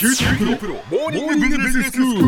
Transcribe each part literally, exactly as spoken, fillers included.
キューティープロモーニングビジネススクール。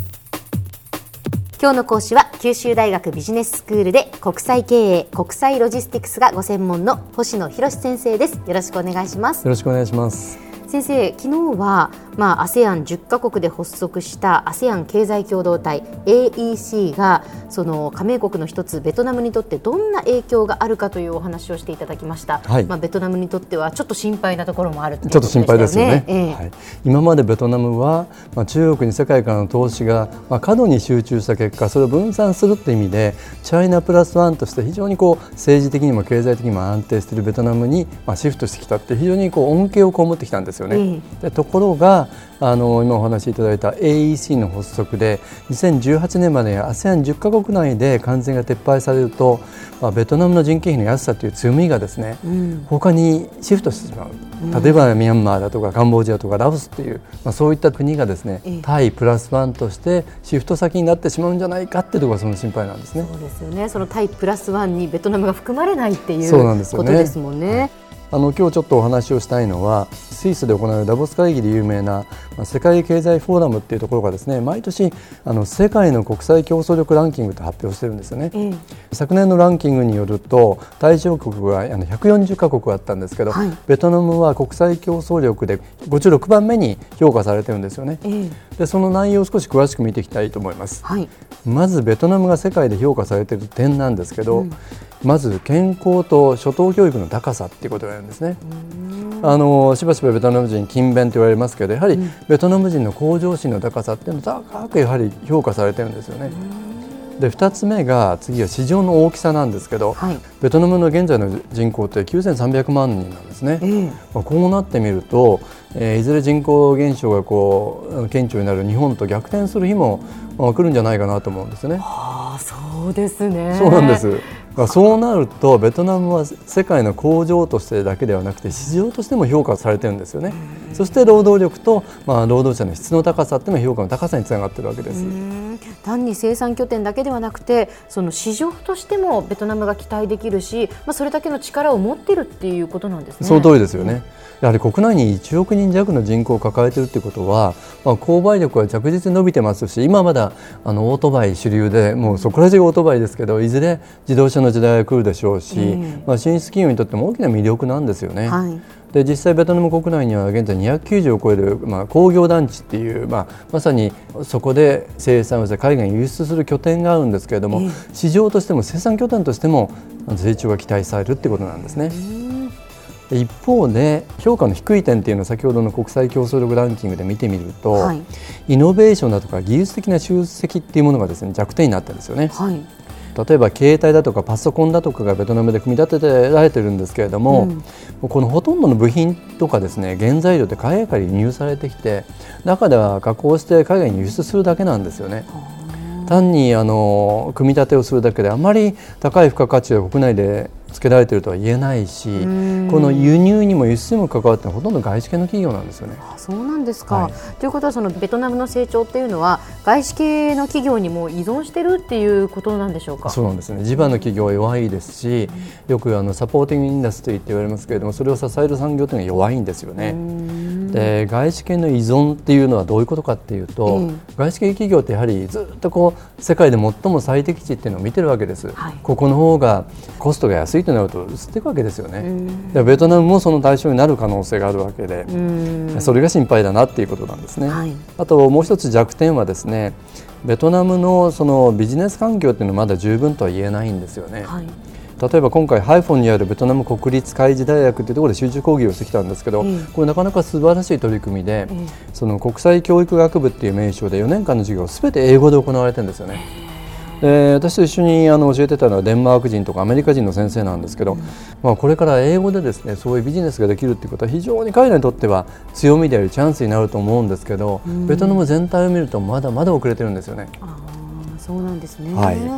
今日の講師は九州大学ビジネススクールで国際経営国際ロジスティクスがご専門の星野博先生です。よろしくお願いします。 よろしくお願いします。 先生、昨日は、まあ、アセアンじゅっかこくで発足した アセアン 経済共同体 エーイーシー がその加盟国の一つベトナムにとってどんな影響があるかというお話をしていただきました、はい。まあ、ベトナムにとってはちょっと心配なところもあるということでしたよね。 ちょっと心配ですよね、 えーはい、今までベトナムは、まあ、中国に世界からの投資が、まあ、過度に集中した結果それを分散するという意味でチャイナプラスワンとして非常にこう政治的にも経済的にも安定しているベトナムに、まあ、シフトしてきたって非常にこう恩恵を被ってきたんですよね、えー、でところがあの今お話しいただいた エーイーシー の発足でにせんじゅうはちねんまで アセアンじゅっかこく内で関税が撤廃されると、まあ、ベトナムの人件費の安さという強みがですね、うん、他にシフトしてしまう。例えばミャンマーだとかカンボジアとかラオスという、まあ、そういった国がですね、ええ、対プラスワンとしてシフト先になってしまうんじゃないかっていうところがその心配なんですね。 そうですよね。その対プラスワンにベトナムが含まれないっていうことですもんね。はい、 あの今日ちょっとお話をしたいのはスイスで行われるダボス会議で有名な世界経済フォーラムっていうところがですね毎年あの世界の国際競争力ランキングって発表してるんですよね、うん、昨年のランキングによると対象国はあのひゃくよんじゅっかこくあったんですけど、はい、ベトナムは国際競争力でごじゅうろくばんめに評価されてるんですよね、うん、でその内容を少し詳しく見ていきたいと思います、はい、まずベトナムが世界で評価されている点なんですけど、うん、まず健康と初等教育の高さっていうことがあるんですね。あのしばしばベトナム人勤勉と言われますけどやはりベトナム人の向上心の高さっていうのは高くやはり評価されてるんですよね。でふたつめが次は市場の大きさなんですけど、はい、ベトナムの現在の人口ってきゅうせんさんびゃくまんにんなんですね、えーまあ、こうなってみると、えー、いずれ人口減少がこう顕著になる日本と逆転する日も、まあ、来るんじゃないかなと思うんですね。 あ、そうですね。 そうなんです。そうなるとベトナムは世界の工場としてだけではなくて市場としても評価されてるんですよね。そして労働力と、まあ、労働者の質の高さっていうのは評価の高さにつながっているわけです。 単に生産拠点だけではなくてその市場としてもベトナムが期待できるし、まあ、それだけの力を持っているっていうことなんですね。 その通りですよね、うん、やはり国内にいちおくにん弱の人口を抱えているということは、まあ、購買力は着実に伸びてますし今まだあのオートバイ主流でもうそこら中オートバイですけどいずれ自動車の時代が来るでしょうし、うんまあ、進出企業にとっても大きな魅力なんですよね、はい、で実際ベトナム国内には現在にひゃくきゅうじゅうを超える、まあ、工業団地っていう、まあ、まさにそこで生産をして海外に輸出する拠点があるんですけれども、えー、市場としても生産拠点としても成長が期待されるってことなんですね。一方で評価の低い点っていうのは先ほどの国際競争力ランキングで見てみると、はい、イノベーションだとか技術的な集積っていうものがですね弱点になってるんですよね、はい、例えば携帯だとかパソコンだとかがベトナムで組み立てられてるんですけれども、うん、このほとんどの部品とかですね原材料って海外から輸入されてきて中では加工して海外に輸出するだけなんですよね。単にあの組み立てをするだけであまり高い付加価値が国内でつけられているとは言えないしこの輸入にも輸出にも関わってほとんど外資系の企業なんですよね。 あ、そうなんですか、 はい、 ということはそのベトナムの成長っていうのは外資系の企業にも依存してるっていうことなんでしょうか。 そうなんですね。地場の企業は弱いですし、うん、よくあのサポーティングインダストリーって言われますけれどもそれを支える産業というのは弱いんですよね。で外資系の依存っていうのはどういうことかっていうと、うん、外資系企業ってやはりずっとこう世界で最も最適値っていうのを見てるわけです、はい、ここの方がコストが安いとなると移っていくわけですよね。でベトナムもその対象になる可能性があるわけでそれが心配だなっていうことなんですね、はい、あともう一つ弱点はですねベトナムのそのビジネス環境っていうのはまだ十分とは言えないんですよね、はい、例えば今回ハイフォンにあるベトナム国立海事大学というところで集中講義をしてきたんですけど、うん、これなかなか素晴らしい取り組みで、うん、その国際教育学部っていう名称でよねんかんの授業すべて英語で行われてるんですよね。で私と一緒にあの教えてたのはデンマーク人とかアメリカ人の先生なんですけど、うんまあ、これから英語でですねそういうビジネスができるっていうことは非常に彼らにとっては強みでありチャンスになると思うんですけど、うん、ベトナム全体を見るとまだまだ遅れてるんですよね。 あ、そうなんですね、 はい、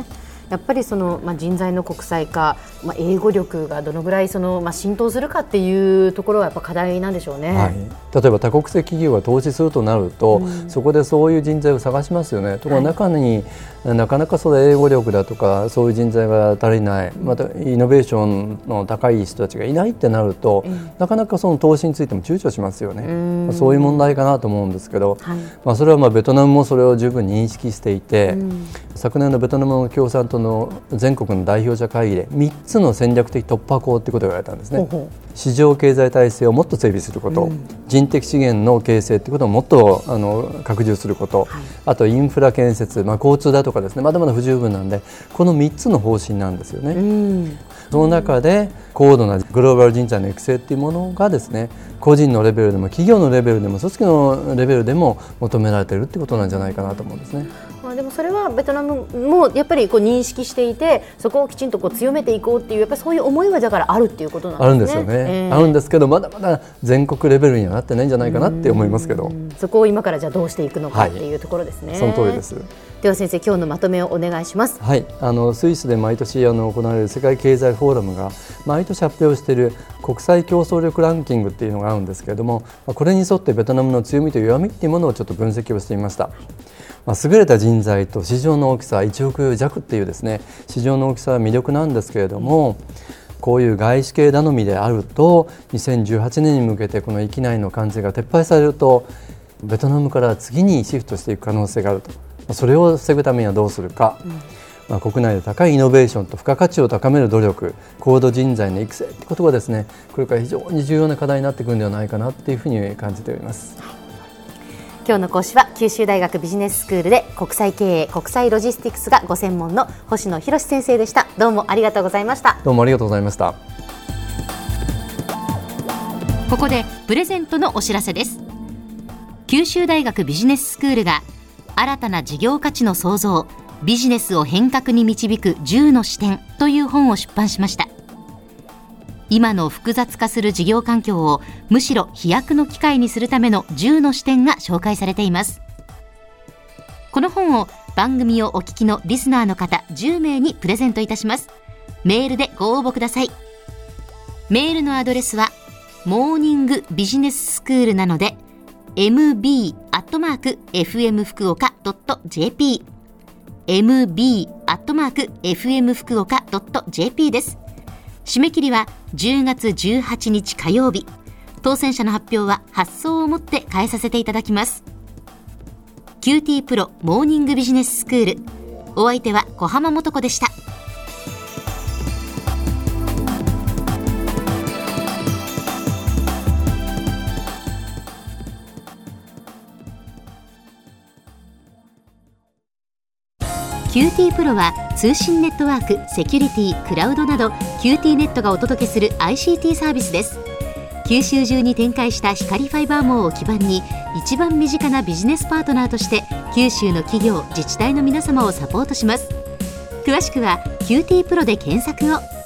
やっぱりその、まあ、人材の国際化、まあ、英語力がどのぐらいその、まあ、浸透するかっていうところはやっぱ課題なんでしょうね。 はい、例えば多国籍企業が投資するとなると、うん、そこでそういう人材を探しますよね。ところが中に、はい、なかなかその英語力だとかそういう人材が足りない、またイノベーションの高い人たちがいないってなると、うん、なかなかその投資についても躊躇しますよね。うん、そういう問題かなと思うんですけど、はい、まあ、それはまあベトナムもそれを十分認識していて、うん、昨年のベトナムの共産党の全国の代表者会議でみっつの戦略的突破口ということが言われたんですね。ほうほう。市場経済体制をもっと整備すること、うん、人的資源の形成ということをもっとあの拡充すること、はい、あとインフラ建設、まあ、交通だとかですね、まだまだ不十分なんでこのみっつの方針なんですよね。うん、その中で高度なグローバル人材の育成というものがですね、個人のレベルでも企業のレベルでも組織のレベルでも求められているということなんじゃないかなと思うんですね。 まあ、でもそれはベトナムもやっぱりこう認識していて、そこをきちんとこう強めていこうっていうやっぱりそういう思いはだからあるっていうことなんですね。あるんですよね、えー、 あるんですけどまだまだ全国レベルにはなってないんじゃないかなって思いますけど、 そこを今からじゃあどうしていくのかっていうところですね。はい、その通りです。では先生、今日のまとめをお願いします。 はい、あのスイスで毎年あの行われる世界経済フォーラムが毎年発表している国際競争力ランキングっていうのがあるんですけれども、これに沿ってベトナムの強みと弱みっていうものをちょっと分析をしてみました。まあ、優れた人材と市場の大きさいちおく弱っていうですね、市場の大きさは魅力なんですけれども、こういう外資系頼みであるとにせんじゅうはちねんに向けてこの域内の関税が撤廃されるとベトナムから次にシフトしていく可能性があると。それを防ぐためにはどうするか、うん、まあ、国内で高いイノベーションと付加価値を高める努力、高度人材の育成ということがですね、これから非常に重要な課題になってくるのではないかなというふうに感じております。 今日の講師は九州大学ビジネススクールで国際経営国際ロジスティクスがご専門の星野博先生でした。どうもありがとうございました。 どうもありがとうございました。 ここでプレゼントのお知らせです。九州大学ビジネススクールが新たな事業価値の創造、ビジネスを変革に導くじゅうの視点という本を出版しました。今の複雑化する事業環境をむしろ飛躍の機会にするためのじゅうの視点が紹介されています。この本を番組をお聞きのリスナーの方じゅうめいにプレゼントいたします。メールでご応募ください。メールのアドレスはモーニングビジネススクールなので エムビー アットマーク エフエム 福岡 ドット ジェーピー エムビー アットマーク エフエム 福岡 ドット ジェーピー です。締め切りはじゅうがつじゅうはちにち火曜日。当選者の発表は発送をもって返させていただきます。キューティー プロモーニングビジネススクール、お相手は小浜もとこでした。キューティー プロは通信ネットワーク、セキュリティ、クラウドなど キューティー ネットがお届けする アイシーティー サービスです。九州中に展開した光ファイバー網を基盤に一番身近なビジネスパートナーとして九州の企業、自治体の皆様をサポートします。詳しくは キューティー プロで検索を。